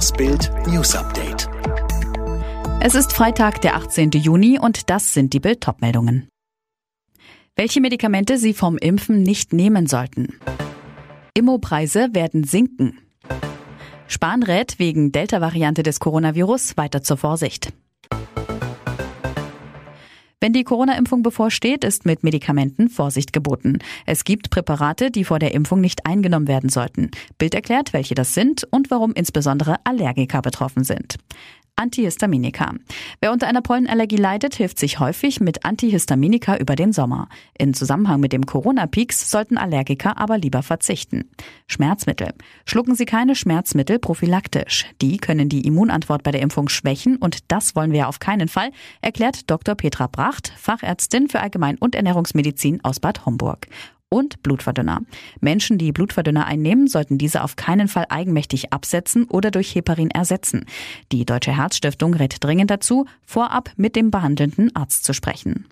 Das Bild News Update. Es ist Freitag, der 18. Juni und das sind die Bild-Top-Meldungen. Welche Medikamente Sie vom Impfen nicht nehmen sollten. Immopreise werden sinken. Spahn rät wegen Delta-Variante des Coronavirus weiter zur Vorsicht. Wenn die Corona-Impfung bevorsteht, ist mit Medikamenten Vorsicht geboten. Es gibt Präparate, die vor der Impfung nicht eingenommen werden sollten. Bild erklärt, welche das sind und warum insbesondere Allergiker betroffen sind. Antihistaminika. Wer unter einer Pollenallergie leidet, hilft sich häufig mit Antihistaminika über den Sommer. In Zusammenhang mit dem Corona-Peaks sollten Allergiker aber lieber verzichten. Schmerzmittel. Schlucken Sie keine Schmerzmittel prophylaktisch. Die können die Immunantwort bei der Impfung schwächen und das wollen wir auf keinen Fall, erklärt Dr. Petra Bracht, Fachärztin für Allgemein- und Ernährungsmedizin aus Bad Homburg. Und Blutverdünner. Menschen, die Blutverdünner einnehmen, sollten diese auf keinen Fall eigenmächtig absetzen oder durch Heparin ersetzen. Die Deutsche Herzstiftung rät dringend dazu, vorab mit dem behandelnden Arzt zu sprechen.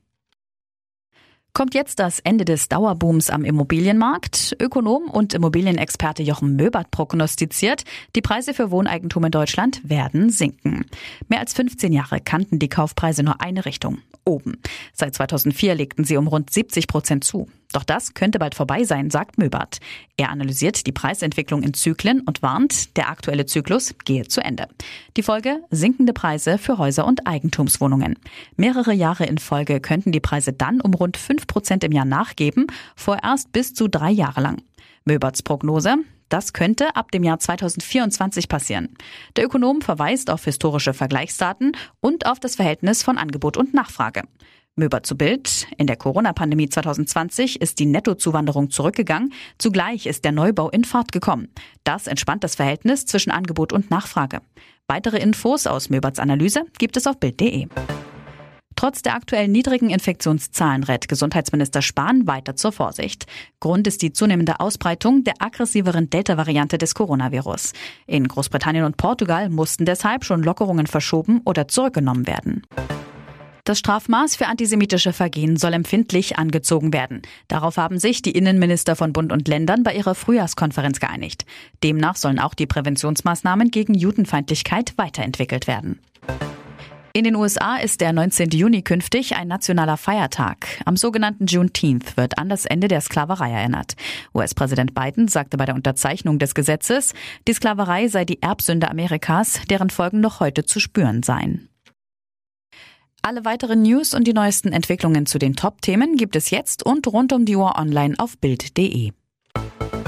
Kommt jetzt das Ende des Dauerbooms am Immobilienmarkt? Ökonom und Immobilienexperte Jochen Möbert prognostiziert, die Preise für Wohneigentum in Deutschland werden sinken. Mehr als 15 Jahre kannten die Kaufpreise nur eine Richtung, oben. Seit 2004 legten sie um rund 70% zu. Doch das könnte bald vorbei sein, sagt Möbert. Er analysiert die Preisentwicklung in Zyklen und warnt, der aktuelle Zyklus gehe zu Ende. Die Folge: sinkende Preise für Häuser und Eigentumswohnungen. Mehrere Jahre in Folge könnten die Preise dann um rund 5% im Jahr nachgeben, vorerst bis zu 3 Jahre lang. Möberts Prognose: das könnte ab dem Jahr 2024 passieren. Der Ökonom verweist auf historische Vergleichsdaten und auf das Verhältnis von Angebot und Nachfrage. Möbert zu Bild: In der Corona-Pandemie 2020 ist die Nettozuwanderung zurückgegangen. Zugleich ist der Neubau in Fahrt gekommen. Das entspannt das Verhältnis zwischen Angebot und Nachfrage. Weitere Infos aus Möberts Analyse gibt es auf Bild.de. Trotz der aktuell niedrigen Infektionszahlen rät Gesundheitsminister Spahn weiter zur Vorsicht. Grund ist die zunehmende Ausbreitung der aggressiveren Delta-Variante des Coronavirus. In Großbritannien und Portugal mussten deshalb schon Lockerungen verschoben oder zurückgenommen werden. Das Strafmaß für antisemitische Vergehen soll empfindlich angezogen werden. Darauf haben sich die Innenminister von Bund und Ländern bei ihrer Frühjahrskonferenz geeinigt. Demnach sollen auch die Präventionsmaßnahmen gegen Judenfeindlichkeit weiterentwickelt werden. In den USA ist der 19. Juni künftig ein nationaler Feiertag. Am sogenannten Juneteenth wird an das Ende der Sklaverei erinnert. US-Präsident Biden sagte bei der Unterzeichnung des Gesetzes, die Sklaverei sei die Erbsünde Amerikas, deren Folgen noch heute zu spüren seien. Alle weiteren News und die neuesten Entwicklungen zu den Top-Themen gibt es jetzt und rund um die Uhr online auf Bild.de.